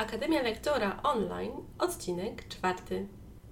Akademia Lektora Online, odcinek 4.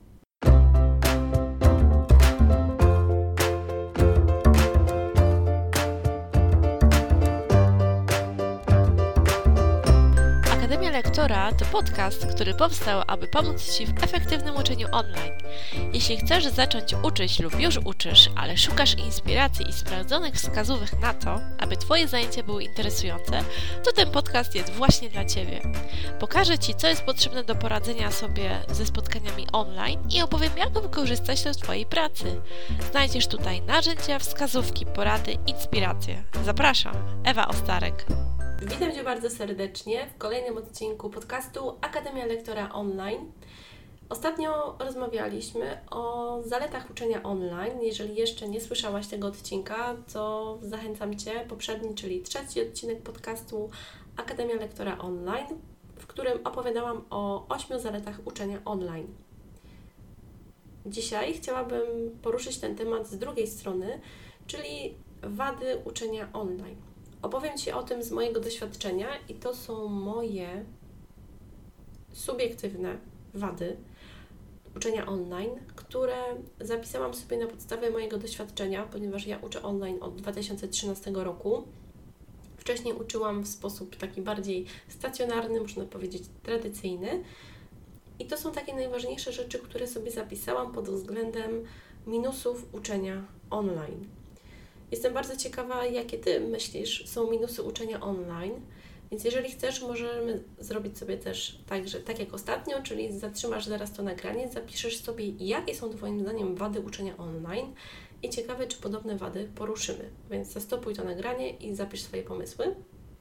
Akademia Lektora to podcast, który powstał, aby pomóc Ci w efektywnym uczeniu online. Jeśli chcesz zacząć uczyć lub już uczysz, ale szukasz inspiracji i sprawdzonych wskazówek na to, aby Twoje zajęcia były interesujące, to ten podcast jest właśnie dla Ciebie. Pokażę Ci, co jest potrzebne do poradzenia sobie ze spotkaniami online i opowiem, jak wykorzystać to w Twojej pracy. Znajdziesz tutaj narzędzia, wskazówki, porady, inspiracje. Zapraszam, Ewa Ostarek. Witam Cię bardzo serdecznie w kolejnym odcinku podcastu Akademia Lektora Online. Ostatnio rozmawialiśmy o zaletach uczenia online. Jeżeli jeszcze nie słyszałaś tego odcinka, to zachęcam Cię, poprzedni, czyli 3. odcinek podcastu Akademia Lektora Online, w którym opowiadałam o 8 zaletach uczenia online. Dzisiaj chciałabym poruszyć ten temat z drugiej strony, czyli wady uczenia online. Opowiem Ci o tym z mojego doświadczenia i to są moje subiektywne wady uczenia online, które zapisałam sobie na podstawie mojego doświadczenia, ponieważ ja uczę online od 2013 roku. Wcześniej uczyłam w sposób taki bardziej stacjonarny, można powiedzieć tradycyjny. I to są takie najważniejsze rzeczy, które sobie zapisałam pod względem minusów uczenia online. Jestem bardzo ciekawa, jakie Ty myślisz są minusy uczenia online, więc jeżeli chcesz, możemy zrobić sobie też tak, że tak jak ostatnio, czyli zatrzymasz zaraz to nagranie, zapiszesz sobie, jakie są Twoim zdaniem wady uczenia online i ciekawe, czy podobne wady poruszymy. Więc zastopuj to nagranie i zapisz swoje pomysły.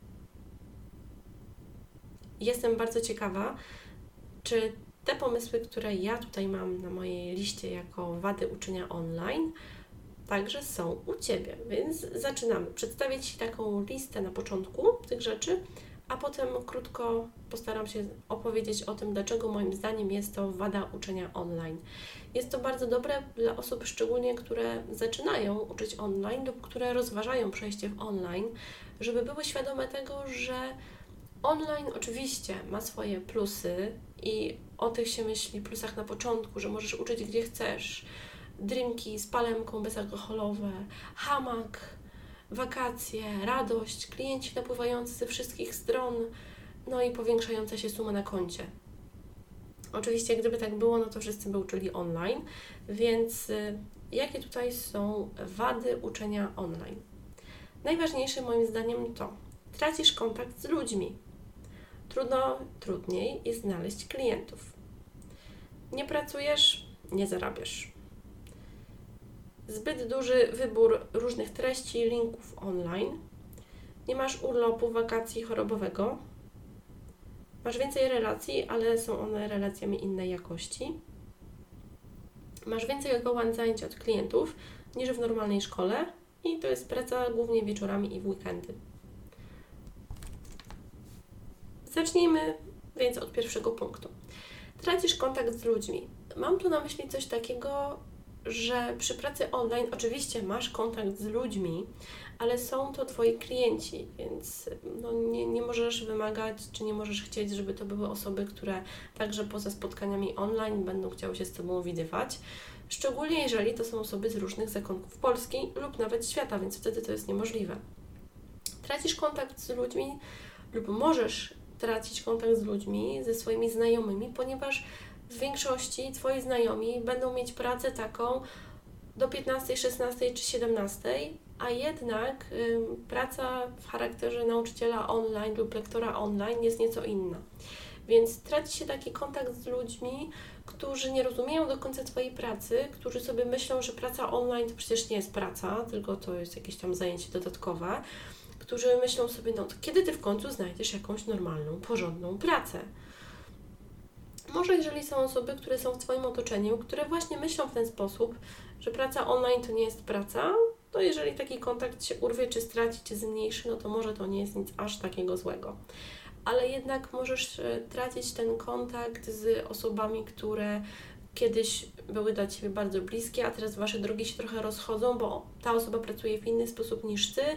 Jestem bardzo ciekawa, czy te pomysły, które ja tutaj mam na mojej liście jako wady uczenia online, także są u Ciebie, więc zaczynamy. Przedstawię Ci taką listę na początku tych rzeczy, a potem krótko postaram się opowiedzieć o tym, dlaczego moim zdaniem jest to wada uczenia online. Jest to bardzo dobre dla osób szczególnie, które zaczynają uczyć online lub które rozważają przejście w online, żeby były świadome tego, że online oczywiście ma swoje plusy i o tych się myśli plusach na początku, że możesz uczyć gdzie chcesz, drinki z palemką bezalkoholowe, hamak, wakacje, radość, klienci napływający ze wszystkich stron, no i powiększająca się suma na koncie. Oczywiście gdyby tak było, no to wszyscy by uczyli online, więc jakie tutaj są wady uczenia online? Najważniejsze moim zdaniem to tracisz kontakt z ludźmi. Trudniej jest znaleźć klientów. Nie pracujesz, nie zarabiasz. Zbyt duży wybór różnych treści, linków online. Nie masz urlopu, wakacji chorobowego. Masz więcej relacji, ale są one relacjami innej jakości. Masz więcej odwołań zajęć od klientów niż w normalnej szkole i to jest praca głównie wieczorami i w weekendy. Zacznijmy więc od pierwszego punktu. Tracisz kontakt z ludźmi. Mam tu na myśli coś takiego, że przy pracy online oczywiście masz kontakt z ludźmi, ale są to Twoi klienci, więc nie możesz wymagać, czy nie możesz chcieć, żeby to były osoby, które także poza spotkaniami online będą chciały się z Tobą widywać, szczególnie jeżeli to są osoby z różnych zakątków Polski lub nawet świata, więc wtedy to jest niemożliwe. Tracisz kontakt z ludźmi lub możesz tracić kontakt z ludźmi, ze swoimi znajomymi, ponieważ w większości Twoi znajomi będą mieć pracę taką do 15, 16 czy 17, a jednak praca w charakterze nauczyciela online lub lektora online jest nieco inna. Więc traci się taki kontakt z ludźmi, którzy nie rozumieją do końca Twojej pracy, którzy sobie myślą, że praca online to przecież nie jest praca, tylko to jest jakieś tam zajęcie dodatkowe, którzy myślą sobie, no to kiedy Ty w końcu znajdziesz jakąś normalną, porządną pracę? Może jeżeli są osoby, które są w Twoim otoczeniu, które właśnie myślą w ten sposób, że praca online to nie jest praca, to jeżeli taki kontakt się urwie, czy straci, czy zmniejszy, no to może to nie jest nic aż takiego złego. Ale jednak możesz tracić ten kontakt z osobami, które kiedyś były dla Ciebie bardzo bliskie, a teraz Wasze drogi się trochę rozchodzą, bo ta osoba pracuje w inny sposób niż Ty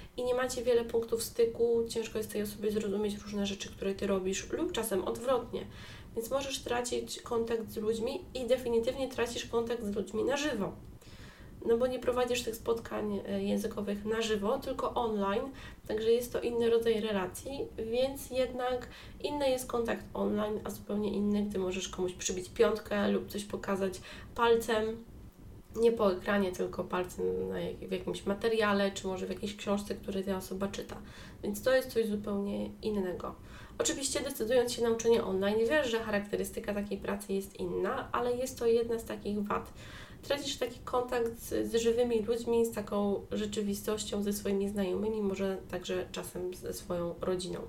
i nie macie wiele punktów styku, ciężko jest tej osobie zrozumieć różne rzeczy, które Ty robisz lub czasem odwrotnie. Więc możesz tracić kontakt z ludźmi i definitywnie tracisz kontakt z ludźmi na żywo. No bo nie prowadzisz tych spotkań językowych na żywo, tylko online, także jest to inny rodzaj relacji, więc jednak inny jest kontakt online, a zupełnie inny, gdy możesz komuś przybić piątkę lub coś pokazać palcem, nie po ekranie, tylko palcem w jakimś materiale, czy może w jakiejś książce, której ta osoba czyta. Więc to jest coś zupełnie innego. Oczywiście decydując się na uczenie online, wiesz, że charakterystyka takiej pracy jest inna, ale jest to jedna z takich wad. Tracisz taki kontakt z żywymi ludźmi, z taką rzeczywistością, ze swoimi znajomymi, może także czasem ze swoją rodziną.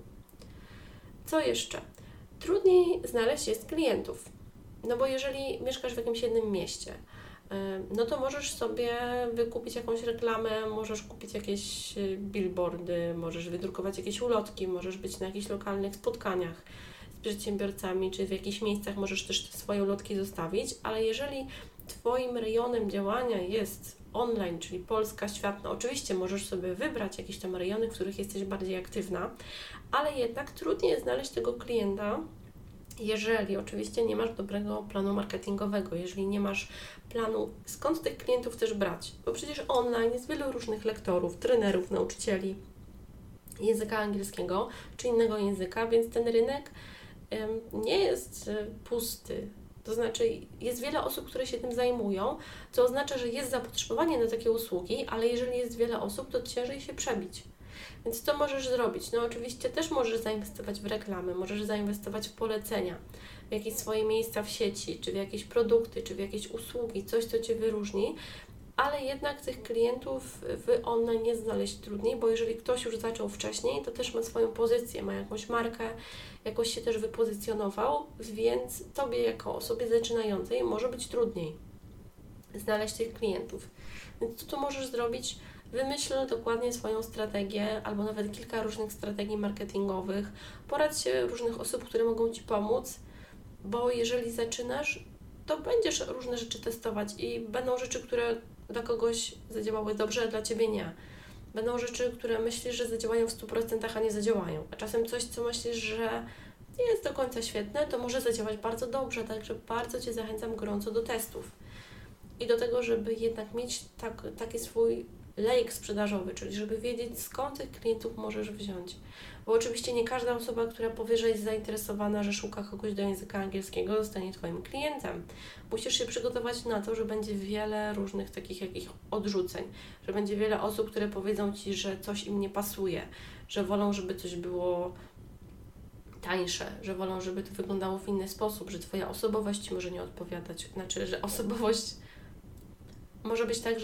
Co jeszcze? Trudniej znaleźć jest klientów. No bo jeżeli mieszkasz w jakimś jednym mieście, no to możesz sobie wykupić jakąś reklamę, możesz kupić jakieś billboardy, możesz wydrukować jakieś ulotki, możesz być na jakichś lokalnych spotkaniach z przedsiębiorcami, czy w jakichś miejscach możesz też te swoje ulotki zostawić, ale jeżeli Twoim rejonem działania jest online, czyli Polska, świat, no oczywiście możesz sobie wybrać jakieś tam rejony, w których jesteś bardziej aktywna, ale jednak trudniej jest znaleźć tego klienta, jeżeli oczywiście nie masz dobrego planu marketingowego, jeżeli nie masz planu, skąd tych klientów też brać, bo przecież online jest wielu różnych lektorów, trenerów, nauczycieli języka angielskiego czy innego języka, więc ten rynek nie jest pusty. To znaczy jest wiele osób, które się tym zajmują, co oznacza, że jest zapotrzebowanie na takie usługi, ale jeżeli jest wiele osób, to ciężej się przebić. Więc co możesz zrobić? No oczywiście też możesz zainwestować w reklamy, możesz zainwestować w polecenia, w jakieś swoje miejsca w sieci, czy w jakieś produkty, czy w jakieś usługi, coś, co Cię wyróżni, ale jednak tych klientów w online jest znaleźć trudniej, bo jeżeli ktoś już zaczął wcześniej, to też ma swoją pozycję, ma jakąś markę, jakoś się też wypozycjonował, więc Tobie jako osobie zaczynającej może być trudniej znaleźć tych klientów. Więc co tu możesz zrobić? Wymyśl dokładnie swoją strategię, albo nawet kilka różnych strategii marketingowych. Poradź się różnych osób, które mogą Ci pomóc, bo jeżeli zaczynasz, to będziesz różne rzeczy testować i będą rzeczy, które dla kogoś zadziałały dobrze, a dla Ciebie nie. Będą rzeczy, które myślisz, że zadziałają w 100%, a nie zadziałają. A czasem coś, co myślisz, że nie jest do końca świetne, to może zadziałać bardzo dobrze, także bardzo Cię zachęcam gorąco do testów. I do tego, żeby jednak mieć taki swój lejek sprzedażowy, czyli żeby wiedzieć, skąd tych klientów możesz wziąć. Bo oczywiście nie każda osoba, która powie, że jest zainteresowana, że szuka kogoś do języka angielskiego, zostanie Twoim klientem. Musisz się przygotować na to, że będzie wiele różnych takich jakichś odrzuceń, że będzie wiele osób, które powiedzą Ci, że coś im nie pasuje, że wolą, żeby coś było tańsze, że wolą, żeby to wyglądało w inny sposób, że Twoja osobowość Ci może nie odpowiadać, znaczy, że osobowość może być tak, że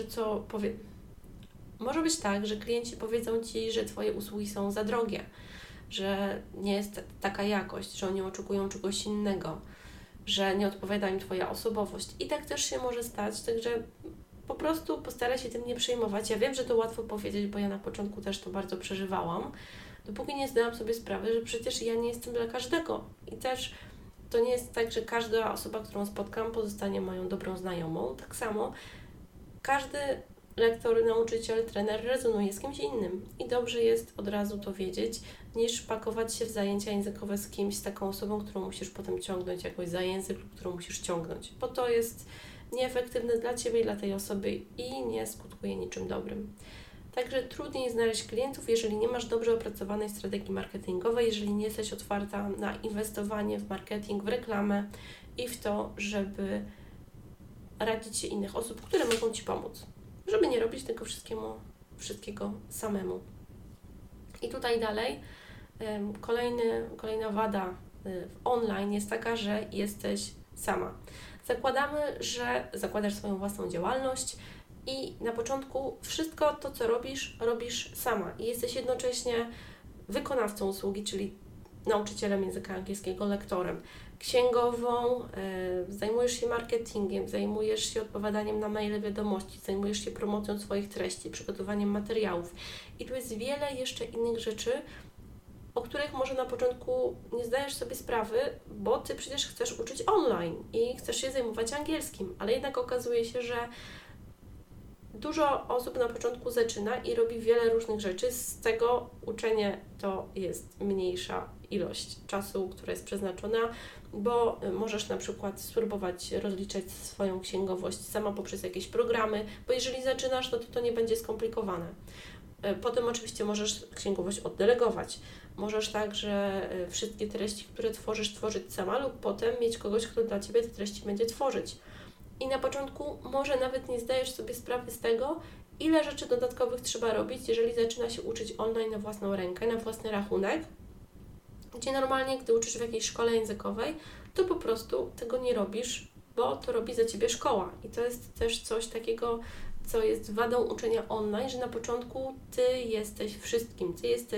może być tak, że klienci powiedzą Ci, że Twoje usługi są za drogie, że nie jest taka jakość, że oni oczekują czegoś innego, że nie odpowiada im Twoja osobowość. I tak też się może stać, także po prostu postaraj się tym nie przejmować. Ja wiem, że to łatwo powiedzieć, bo ja na początku też to bardzo przeżywałam, dopóki nie zdałam sobie sprawy, że przecież ja nie jestem dla każdego. I też to nie jest tak, że każda osoba, którą spotkam, pozostanie moją dobrą znajomą. Tak samo każdy lektor, nauczyciel, trener rezonuje z kimś innym i dobrze jest od razu to wiedzieć, niż pakować się w zajęcia językowe z kimś, z taką osobą, którą musisz potem ciągnąć jakoś za język lub którą musisz ciągnąć, bo to jest nieefektywne dla Ciebie i dla tej osoby i nie skutkuje niczym dobrym. Także trudniej znaleźć klientów, jeżeli nie masz dobrze opracowanej strategii marketingowej, jeżeli nie jesteś otwarta na inwestowanie w marketing, w reklamę i w to, żeby radzić się innych osób, które mogą Ci pomóc, żeby nie robić tego wszystkiego samemu. I tutaj dalej kolejna wada w online jest taka, że jesteś sama. Zakładamy, że zakładasz swoją własną działalność i na początku wszystko to, co robisz sama i jesteś jednocześnie wykonawcą usługi, czyli nauczycielem języka angielskiego, lektorem, księgową, zajmujesz się marketingiem, zajmujesz się odpowiadaniem na maile, wiadomości, zajmujesz się promocją swoich treści, przygotowaniem materiałów. I tu jest wiele jeszcze innych rzeczy, o których może na początku nie zdajesz sobie sprawy, bo Ty przecież chcesz uczyć online i chcesz się zajmować angielskim, ale jednak okazuje się, że Dużo osób na początku zaczyna i robi wiele różnych rzeczy, z tego uczenie to jest mniejsza ilość czasu, która jest przeznaczona, bo możesz na przykład spróbować rozliczać swoją księgowość sama poprzez jakieś programy, bo jeżeli zaczynasz, no to nie będzie skomplikowane. Potem oczywiście możesz księgowość oddelegować. Możesz także wszystkie treści, które tworzyć sama lub potem mieć kogoś, kto dla Ciebie te treści będzie tworzyć. I na początku może nawet nie zdajesz sobie sprawy z tego, ile rzeczy dodatkowych trzeba robić, jeżeli zaczyna się uczyć online na własną rękę, na własny rachunek, gdzie normalnie, gdy uczysz w jakiejś szkole językowej, to po prostu tego nie robisz, bo to robi za Ciebie szkoła. I to jest też coś takiego, co jest wadą uczenia online, że na początku Ty jesteś wszystkim,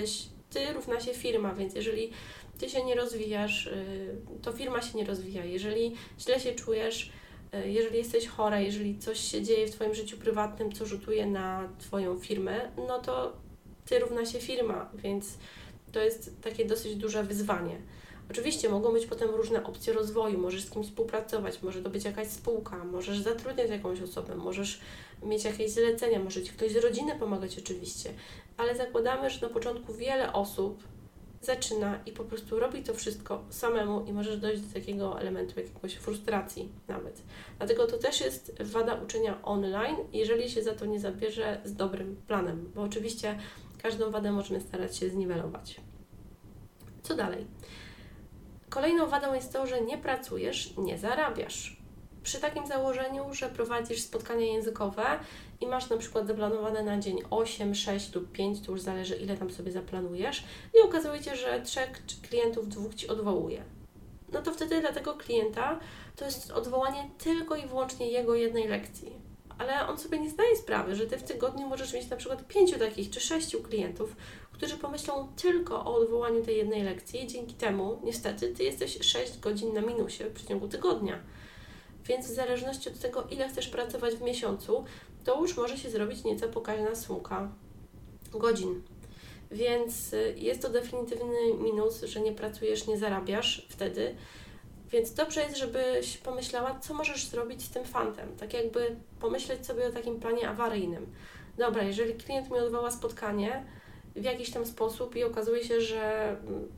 Ty równa się firma, więc jeżeli Ty się nie rozwijasz, to firma się nie rozwija. Jeżeli źle się czujesz, jeżeli jesteś chora, jeżeli coś się dzieje w Twoim życiu prywatnym, co rzutuje na Twoją firmę, no to Ty równa się firma, więc to jest takie dosyć duże wyzwanie. Oczywiście mogą być potem różne opcje rozwoju, możesz z kimś współpracować, może to być jakaś spółka, możesz zatrudniać jakąś osobę, możesz mieć jakieś zlecenia, może Ci ktoś z rodziny pomagać oczywiście, ale zakładamy, że na początku wiele osób zaczyna i po prostu robi to wszystko samemu i możesz dojść do takiego elementu jakiegoś frustracji nawet. Dlatego to też jest wada uczenia online, jeżeli się za to nie zabierze z dobrym planem, bo oczywiście każdą wadę możemy starać się zniwelować. Co dalej? Kolejną wadą jest to, że nie pracujesz, nie zarabiasz. Przy takim założeniu, że prowadzisz spotkania językowe i masz na przykład zaplanowane na dzień 8, 6 lub 5, to już zależy ile tam sobie zaplanujesz i okazuje się, że 3 klientów, 2 Ci odwołuje. No to wtedy dla tego klienta to jest odwołanie tylko i wyłącznie jego jednej lekcji. Ale on sobie nie zdaje sprawy, że Ty w tygodniu możesz mieć na przykład 5 takich czy 6 klientów, którzy pomyślą tylko o odwołaniu tej jednej lekcji i dzięki temu niestety Ty jesteś 6 godzin na minusie w przeciągu tygodnia. Więc w zależności od tego, ile chcesz pracować w miesiącu, to już może się zrobić nieco pokaźna sumka godzin. Więc jest to definitywny minus, że nie pracujesz, nie zarabiasz wtedy. Więc dobrze jest, żebyś pomyślała, co możesz zrobić z tym fantem. Tak jakby pomyśleć sobie o takim planie awaryjnym. Dobra, jeżeli klient mi odwoła spotkanie w jakiś tam sposób i okazuje się, że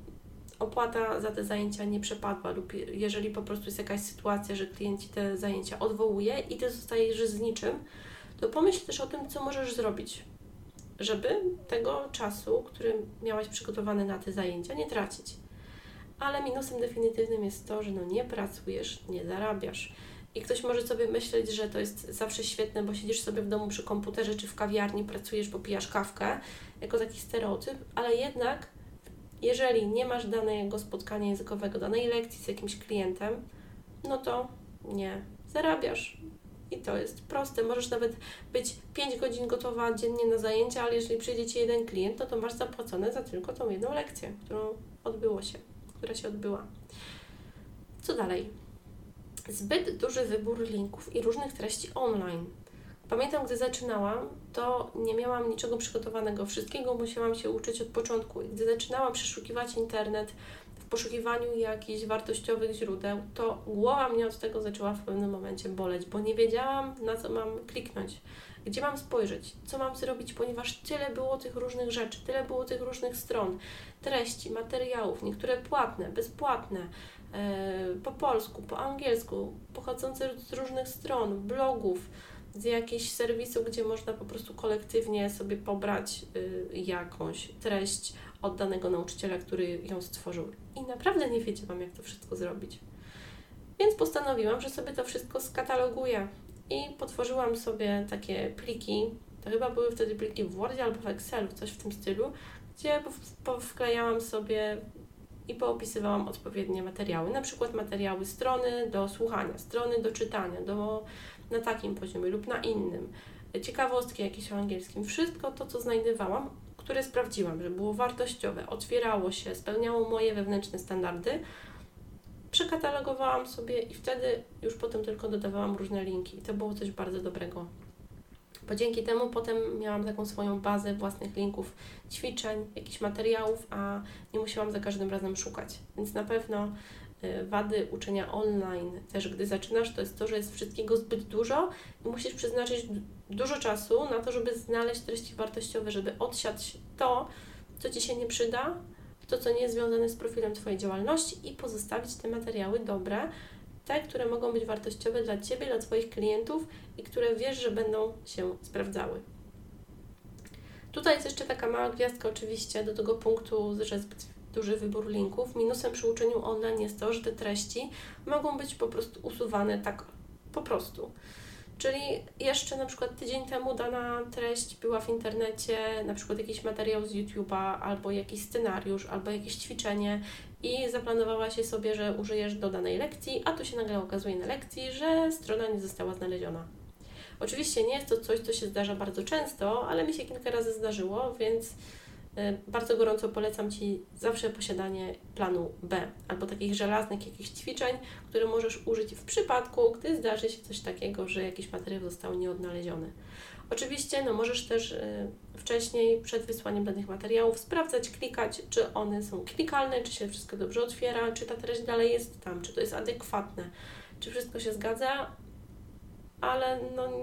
opłata za te zajęcia nie przepadła lub jeżeli po prostu jest jakaś sytuacja, że klient Ci te zajęcia odwołuje i Ty zostajesz z niczym, to pomyśl też o tym, co możesz zrobić, żeby tego czasu, który miałaś przygotowany na te zajęcia, nie tracić. Ale minusem definitywnym jest to, że nie pracujesz, nie zarabiasz. I ktoś może sobie myśleć, że to jest zawsze świetne, bo siedzisz sobie w domu przy komputerze czy w kawiarni, pracujesz, popijasz kawkę, jako taki stereotyp, ale jednak jeżeli nie masz danego spotkania językowego, danej lekcji z jakimś klientem, no to nie zarabiasz. I to jest proste. Możesz nawet być 5 godzin gotowa dziennie na zajęcia, ale jeżeli przyjdzie Ci jeden klient, no to masz zapłacone za tylko tą jedną lekcję, która się odbyła. Co dalej? Zbyt duży wybór linków i różnych treści online. Pamiętam, gdy zaczynałam, to nie miałam niczego przygotowanego. Wszystkiego musiałam się uczyć od początku. I gdy zaczynałam przeszukiwać internet w poszukiwaniu jakichś wartościowych źródeł, to głowa mnie od tego zaczęła w pewnym momencie boleć, bo nie wiedziałam, na co mam kliknąć, gdzie mam spojrzeć, co mam zrobić, ponieważ tyle było tych różnych rzeczy, tyle było tych różnych stron, treści, materiałów, niektóre płatne, bezpłatne, po polsku, po angielsku, pochodzące z różnych stron, blogów, z jakiegoś serwisu, gdzie można po prostu kolektywnie sobie pobrać jakąś treść od danego nauczyciela, który ją stworzył. I naprawdę nie wiedziałam, jak to wszystko zrobić. Więc postanowiłam, że sobie to wszystko skataloguję i potworzyłam sobie takie pliki, to chyba były wtedy pliki w Wordzie albo w Excelu, coś w tym stylu, gdzie wklejałam sobie i poopisywałam odpowiednie materiały, na przykład materiały strony do słuchania, strony do czytania, na takim poziomie lub na innym, ciekawostki jakieś o angielskim, wszystko to, co znajdowałam, które sprawdziłam, że było wartościowe, otwierało się, spełniało moje wewnętrzne standardy, przekatalogowałam sobie i wtedy już potem tylko dodawałam różne linki i to było coś bardzo dobrego. Bo dzięki temu potem miałam taką swoją bazę własnych linków, ćwiczeń, jakichś materiałów, a nie musiałam za każdym razem szukać. Więc na pewno wady uczenia online, też gdy zaczynasz, to jest to, że jest wszystkiego zbyt dużo i musisz przeznaczyć dużo czasu na to, żeby znaleźć treści wartościowe, żeby odsiać to, co Ci się nie przyda, to, co nie jest związane z profilem Twojej działalności i pozostawić te materiały dobre, te, które mogą być wartościowe dla Ciebie, dla Twoich klientów i które wiesz, że będą się sprawdzały. Tutaj jest jeszcze taka mała gwiazdka oczywiście do tego punktu, że zbyt duży wybór linków. Minusem przy uczeniu online jest to, że te treści mogą być po prostu usuwane tak po prostu. Czyli jeszcze na przykład tydzień temu dana treść była w internecie, na przykład jakiś materiał z YouTube'a, albo jakiś scenariusz, albo jakieś ćwiczenie i zaplanowałaś sobie, że użyjesz do danej lekcji, a tu się nagle okazuje na lekcji, że strona nie została znaleziona. Oczywiście nie jest to coś, co się zdarza bardzo często, ale mi się kilka razy zdarzyło, więc bardzo gorąco polecam Ci zawsze posiadanie planu B albo takich żelaznych jakichś ćwiczeń, które możesz użyć w przypadku, gdy zdarzy się coś takiego, że jakiś materiał został nieodnaleziony. Oczywiście możesz też wcześniej, przed wysłaniem danych materiałów, sprawdzać, klikać, czy one są klikalne, czy się wszystko dobrze otwiera, czy ta treść dalej jest tam, czy to jest adekwatne, czy wszystko się zgadza, ale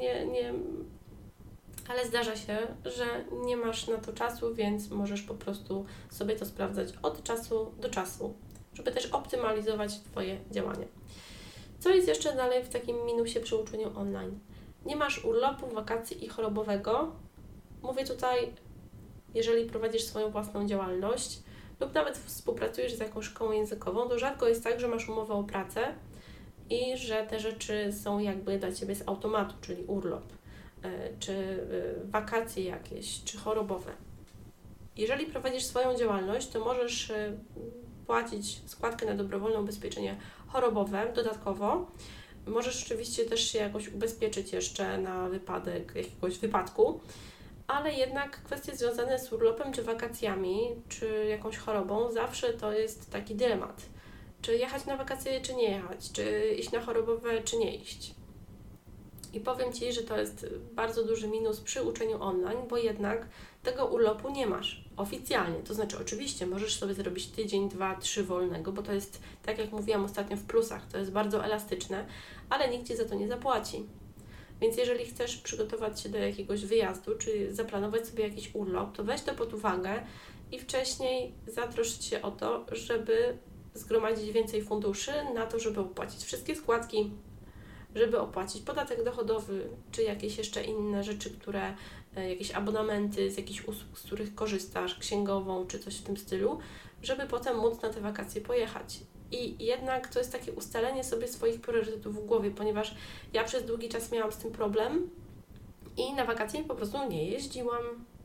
ale zdarza się, że nie masz na to czasu, więc możesz po prostu sobie to sprawdzać od czasu do czasu, żeby też optymalizować Twoje działania. Co jest jeszcze dalej w takim minusie przy uczeniu online? Nie masz urlopu, wakacji i chorobowego. Mówię tutaj, jeżeli prowadzisz swoją własną działalność lub nawet współpracujesz z jakąś szkołą językową, to rzadko jest tak, że masz umowę o pracę i że te rzeczy są jakby dla Ciebie z automatu, czyli urlop, czy wakacje jakieś, czy chorobowe. Jeżeli prowadzisz swoją działalność, to możesz płacić składkę na dobrowolne ubezpieczenie chorobowe dodatkowo. Możesz oczywiście też się jakoś ubezpieczyć jeszcze na wypadek jakiegoś wypadku, ale jednak kwestie związane z urlopem, czy wakacjami, czy jakąś chorobą, zawsze to jest taki dylemat. Czy jechać na wakacje, czy nie jechać, czy iść na chorobowe, czy nie iść. I powiem Ci, że to jest bardzo duży minus przy uczeniu online, bo jednak tego urlopu nie masz oficjalnie. To znaczy oczywiście możesz sobie zrobić tydzień, 2, 3 wolnego, bo to jest, tak jak mówiłam ostatnio, w plusach, to jest bardzo elastyczne, ale nikt Ci za to nie zapłaci. Więc jeżeli chcesz przygotować się do jakiegoś wyjazdu, czy zaplanować sobie jakiś urlop, to weź to pod uwagę i wcześniej zatroszcz się o to, żeby zgromadzić więcej funduszy na to, żeby opłacić wszystkie składki, żeby opłacić podatek dochodowy, czy jakieś jeszcze inne rzeczy, jakieś abonamenty z jakichś usług, z których korzystasz, księgową, czy coś w tym stylu, żeby potem móc na te wakacje pojechać. I jednak to jest takie ustalenie sobie swoich priorytetów w głowie, ponieważ ja przez długi czas miałam z tym problem i na wakacje po prostu nie jeździłam.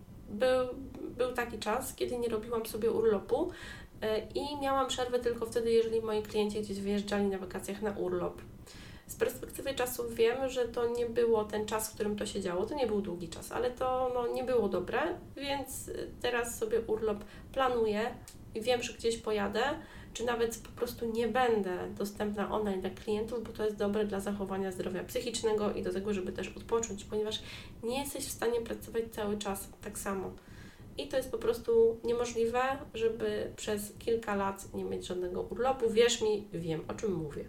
Był taki czas, kiedy nie robiłam sobie urlopu i miałam przerwę tylko wtedy, jeżeli moi klienci gdzieś wyjeżdżali na wakacjach na urlop. Z perspektywy czasu wiem, że to nie było ten czas, w którym to się działo, to nie był długi czas, ale to nie było dobre, więc teraz sobie urlop planuję i wiem, że gdzieś pojadę, czy nawet po prostu nie będę dostępna online dla klientów, bo to jest dobre dla zachowania zdrowia psychicznego i do tego, żeby też odpocząć, ponieważ nie jesteś w stanie pracować cały czas tak samo. I to jest po prostu niemożliwe, żeby przez kilka lat nie mieć żadnego urlopu. Wierz mi, wiem, o czym mówię.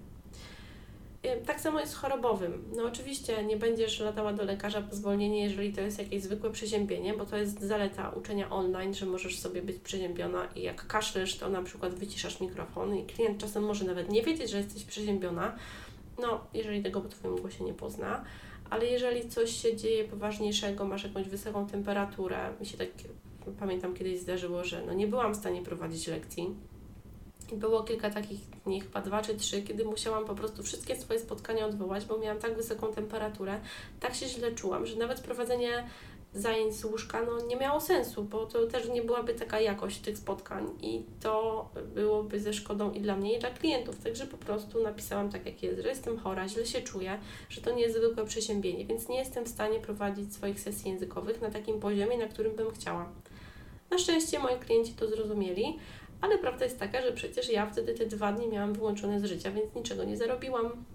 Tak samo jest z chorobowym. Oczywiście nie będziesz latała do lekarza po zwolnienie, jeżeli to jest jakieś zwykłe przeziębienie, bo to jest zaleta uczenia online, że możesz sobie być przeziębiona i jak kaszlesz, to na przykład wyciszasz mikrofon i klient czasem może nawet nie wiedzieć, że jesteś przeziębiona, jeżeli tego po Twoim głosie nie pozna, ale jeżeli coś się dzieje poważniejszego, masz jakąś wysoką temperaturę, mi się tak, pamiętam kiedyś zdarzyło, że nie byłam w stanie prowadzić lekcji. I było kilka takich dni, chyba 2 czy 3, kiedy musiałam po prostu wszystkie swoje spotkania odwołać, bo miałam tak wysoką temperaturę, tak się źle czułam, że nawet prowadzenie zajęć z łóżka nie miało sensu, bo to też nie byłaby taka jakość tych spotkań i to byłoby ze szkodą i dla mnie, i dla klientów. Także po prostu napisałam tak, jak jest, że jestem chora, źle się czuję, że to nie jest zwykłe przeziębienie, więc nie jestem w stanie prowadzić swoich sesji językowych na takim poziomie, na którym bym chciała. Na szczęście moi klienci to zrozumieli, ale prawda jest taka, że przecież ja wtedy te 2 dni miałam wyłączone z życia, więc niczego nie zarobiłam.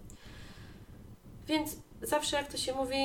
Więc zawsze, jak to się mówi,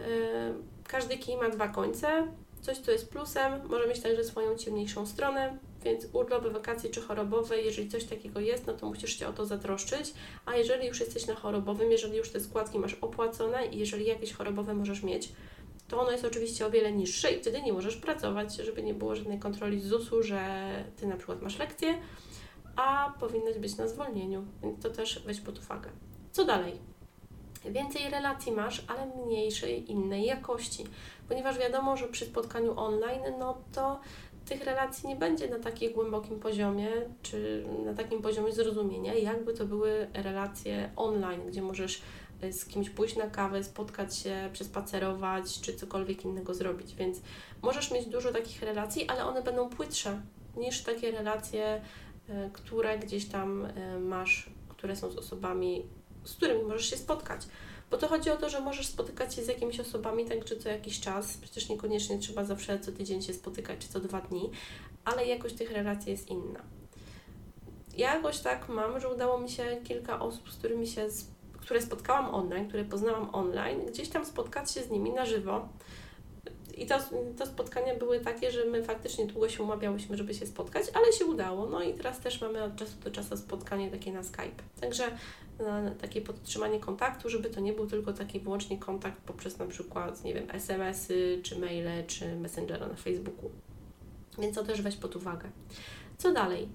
każdy kij ma 2 końce. Coś, co jest plusem, może mieć także swoją ciemniejszą stronę. więc urlopy, wakacje czy chorobowe, jeżeli coś takiego jest, no to musisz się o to zatroszczyć, a jeżeli już jesteś na chorobowym, jeżeli już te składki masz opłacone i jeżeli jakieś chorobowe możesz mieć, to ono jest oczywiście o wiele niższe i wtedy nie możesz pracować, żeby nie było żadnej kontroli z ZUS-u, że Ty na przykład masz lekcję, a powinnaś być na zwolnieniu, więc to też weź pod uwagę. Co dalej? Więcej relacji masz, ale mniejszej innej jakości, ponieważ wiadomo, że przy spotkaniu online, no to tych relacji nie będzie na takim głębokim poziomie, czy na takim poziomie zrozumienia, jakby to były relacje online, gdzie możesz z kimś pójść na kawę, spotkać się, przespacerować, czy cokolwiek innego zrobić, więc możesz mieć dużo takich relacji, ale one będą płytsze niż takie relacje, które gdzieś tam masz, które są z osobami, z którymi możesz się spotkać. Bo to chodzi o to, że możesz spotykać się z jakimiś osobami także co jakiś czas, przecież niekoniecznie trzeba zawsze co tydzień się spotykać, czy co 2 dni, ale jakość tych relacji jest inna. Ja jakoś tak mam, że udało mi się kilka osób, które spotkałam online, które poznałam online, gdzieś tam spotkać się z nimi na żywo. I to spotkania były takie, że my faktycznie długo się umawiałyśmy, żeby się spotkać, ale się udało. No i teraz też mamy od czasu do czasu spotkanie takie na Skype. Także takie podtrzymanie kontaktu, żeby to nie był tylko taki wyłącznie kontakt poprzez na przykład, nie wiem, SMS-y, czy maile, czy Messengera na Facebooku. Więc to też weź pod uwagę. Co dalej?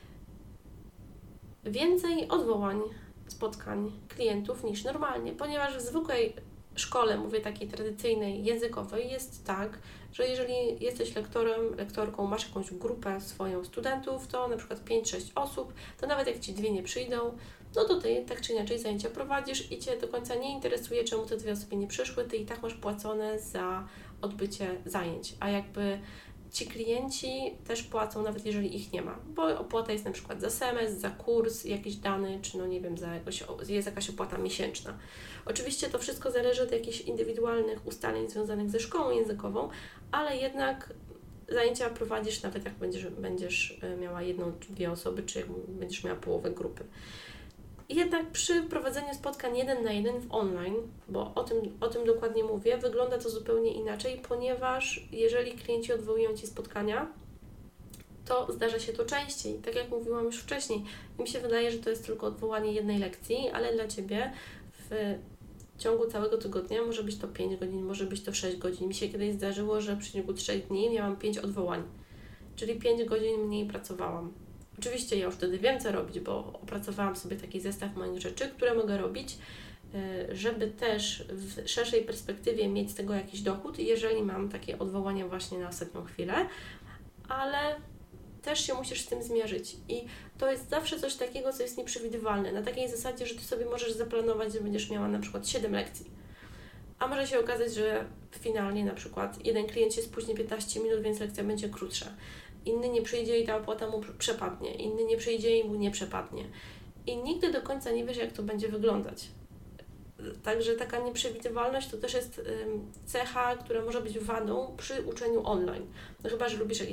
Więcej odwołań spotkań klientów niż normalnie, ponieważ w zwykłej szkole, mówię takiej tradycyjnej, językowej, jest tak, że jeżeli jesteś lektorem, lektorką, masz jakąś grupę swoją studentów, to na przykład 5-6 osób, to nawet jak Ci 2 nie przyjdą, no to Ty tak czy inaczej zajęcia prowadzisz i Cię do końca nie interesuje, czemu te 2 osoby nie przyszły, Ty i tak masz płacone za odbycie zajęć, a jakby ci klienci też płacą, nawet jeżeli ich nie ma, bo opłata jest na przykład za semestr, za kurs jakiś dany, czy no nie wiem, jest jakaś opłata miesięczna. Oczywiście to wszystko zależy od jakichś indywidualnych ustaleń związanych ze szkołą językową, ale jednak zajęcia prowadzisz nawet jak będziesz miała 1-2 osoby, czy jak będziesz miała połowę grupy. Jednak przy prowadzeniu spotkań 1 na 1 w online, bo o tym dokładnie mówię, wygląda to zupełnie inaczej, ponieważ jeżeli klienci odwołują Ci spotkania, to zdarza się to częściej. Tak jak mówiłam już wcześniej, mi się wydaje, że to jest tylko odwołanie jednej lekcji, ale dla Ciebie w ciągu całego tygodnia może być to 5 godzin, może być to 6 godzin. Mi się kiedyś zdarzyło, że w ciągu 3 dni miałam 5 odwołań, czyli 5 godzin mniej pracowałam. Oczywiście ja już wtedy wiem, co robić, bo opracowałam sobie taki zestaw moich rzeczy, które mogę robić, żeby też w szerszej perspektywie mieć z tego jakiś dochód, jeżeli mam takie odwołania właśnie na ostatnią chwilę, ale też się musisz z tym zmierzyć i to jest zawsze coś takiego, co jest nieprzewidywalne, na takiej zasadzie, że Ty sobie możesz zaplanować, że będziesz miała na przykład 7 lekcji, a może się okazać, że finalnie na przykład jeden klient się spóźni 15 minut, więc lekcja będzie krótsza. Inny nie przyjdzie i ta opłata mu przepadnie, inny nie przyjdzie i mu nie przepadnie. I nigdy do końca nie wiesz, jak to będzie wyglądać. Także taka nieprzewidywalność to też jest cecha, która może być wadą przy uczeniu online. No chyba, że lubisz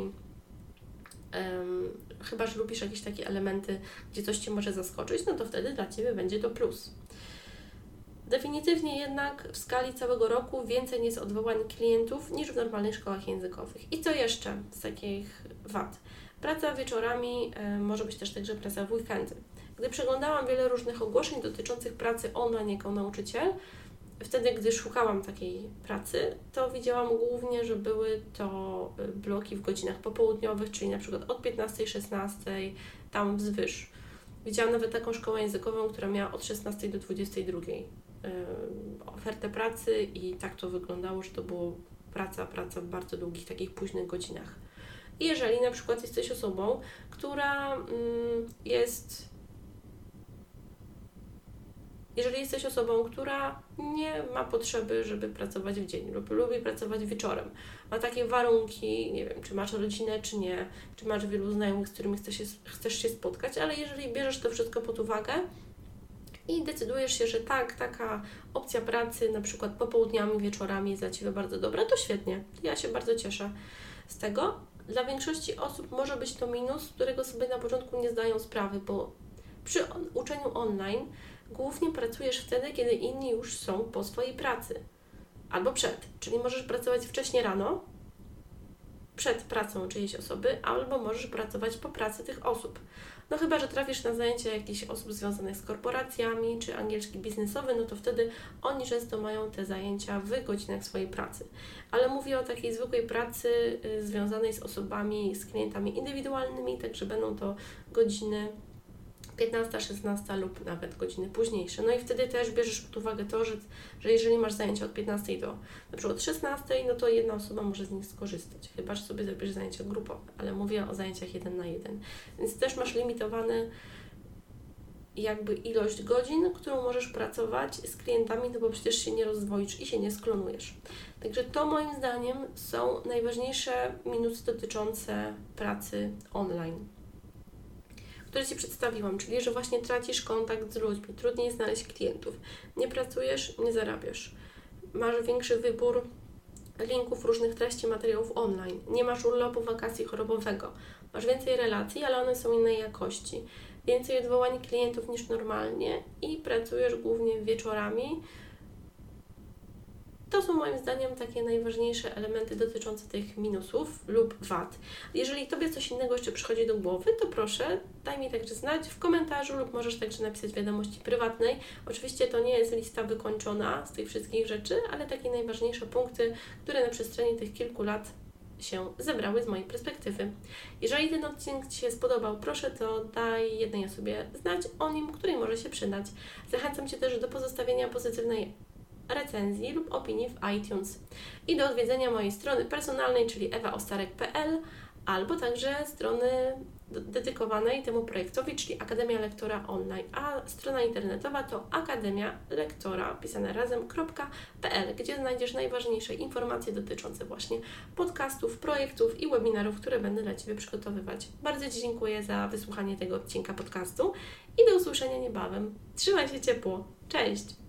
jakieś takie elementy, gdzie coś Cię może zaskoczyć, no to wtedy dla Ciebie będzie to plus. Definitywnie jednak w skali całego roku więcej jest odwołań klientów niż w normalnych szkołach językowych. I co jeszcze z takich wad? Praca wieczorami, może być też także praca w weekendy. Gdy przeglądałam wiele różnych ogłoszeń dotyczących pracy online jako nauczyciel, wtedy, gdy szukałam takiej pracy, to widziałam głównie, że były to bloki w godzinach popołudniowych, czyli na przykład od 15-16, tam wzwyż. Widziałam nawet taką szkołę językową, która miała od 16 do 22 ofertę pracy i tak to wyglądało, że to było praca w bardzo długich, takich późnych godzinach. I jeżeli na przykład jesteś osobą, która jeżeli jesteś osobą, która nie ma potrzeby, żeby pracować w dzień lub lubi pracować wieczorem, ma takie warunki, nie wiem, czy masz rodzinę, czy nie, czy masz wielu znajomych, z którymi chcesz się spotkać, ale jeżeli bierzesz to wszystko pod uwagę i decydujesz się, że tak, taka opcja pracy, na przykład popołudniami, wieczorami jest dla Ciebie bardzo dobra, to świetnie. Ja się bardzo cieszę z tego. Dla większości osób może być to minus, z którego sobie na początku nie zdają sprawy, bo przy uczeniu online głównie pracujesz wtedy, kiedy inni już są po swojej pracy albo przed, czyli możesz pracować wcześnie rano przed pracą czyjejś osoby, albo możesz pracować po pracy tych osób. No chyba, że trafisz na zajęcia jakichś osób związanych z korporacjami, czy angielski biznesowy, no to wtedy oni często mają te zajęcia w godzinach swojej pracy. Ale mówię o takiej zwykłej pracy związanej z osobami, z klientami indywidualnymi, także będą to godziny 15, 16 lub nawet godziny późniejsze. No i wtedy też bierzesz pod uwagę to, że jeżeli masz zajęcia od 15 do na przykład 16, no to jedna osoba może z nich skorzystać, chyba że sobie zrobisz zajęcia grupowe, ale mówię o zajęciach 1 na 1. Więc też masz limitowany jakby ilość godzin, którą możesz pracować z klientami, no bo przecież się nie rozdwoisz i się nie sklonujesz. Także to moim zdaniem są najważniejsze minusy dotyczące pracy online, które Ci przedstawiłam, czyli że właśnie tracisz kontakt z ludźmi, trudniej znaleźć klientów, nie pracujesz, nie zarabiasz, masz większy wybór linków, różnych treści, materiałów online, nie masz urlopu, wakacji chorobowego, masz więcej relacji, ale one są innej jakości, więcej odwołań klientów niż normalnie i pracujesz głównie wieczorami. To są moim zdaniem takie najważniejsze elementy dotyczące tych minusów lub wad. Jeżeli Tobie coś innego jeszcze przychodzi do głowy, to proszę, daj mi także znać w komentarzu lub możesz także napisać w wiadomości prywatnej. Oczywiście to nie jest lista wykończona z tych wszystkich rzeczy, ale takie najważniejsze punkty, które na przestrzeni tych kilku lat się zebrały z mojej perspektywy. Jeżeli ten odcinek Ci się spodobał, proszę to daj jednej osobie znać o nim, której może się przydać. Zachęcam Cię też do pozostawienia pozytywnej recenzji lub opinii w iTunes i do odwiedzenia mojej strony personalnej, czyli ewaostarek.pl, albo także strony dedykowanej temu projektowi, czyli Akademia Lektora Online, a strona internetowa to akademialektora pisane razem.pl, gdzie znajdziesz najważniejsze informacje dotyczące właśnie podcastów, projektów i webinarów, które będę dla Ciebie przygotowywać. Bardzo Ci dziękuję za wysłuchanie tego odcinka podcastu i do usłyszenia niebawem. Trzymaj się ciepło. Cześć!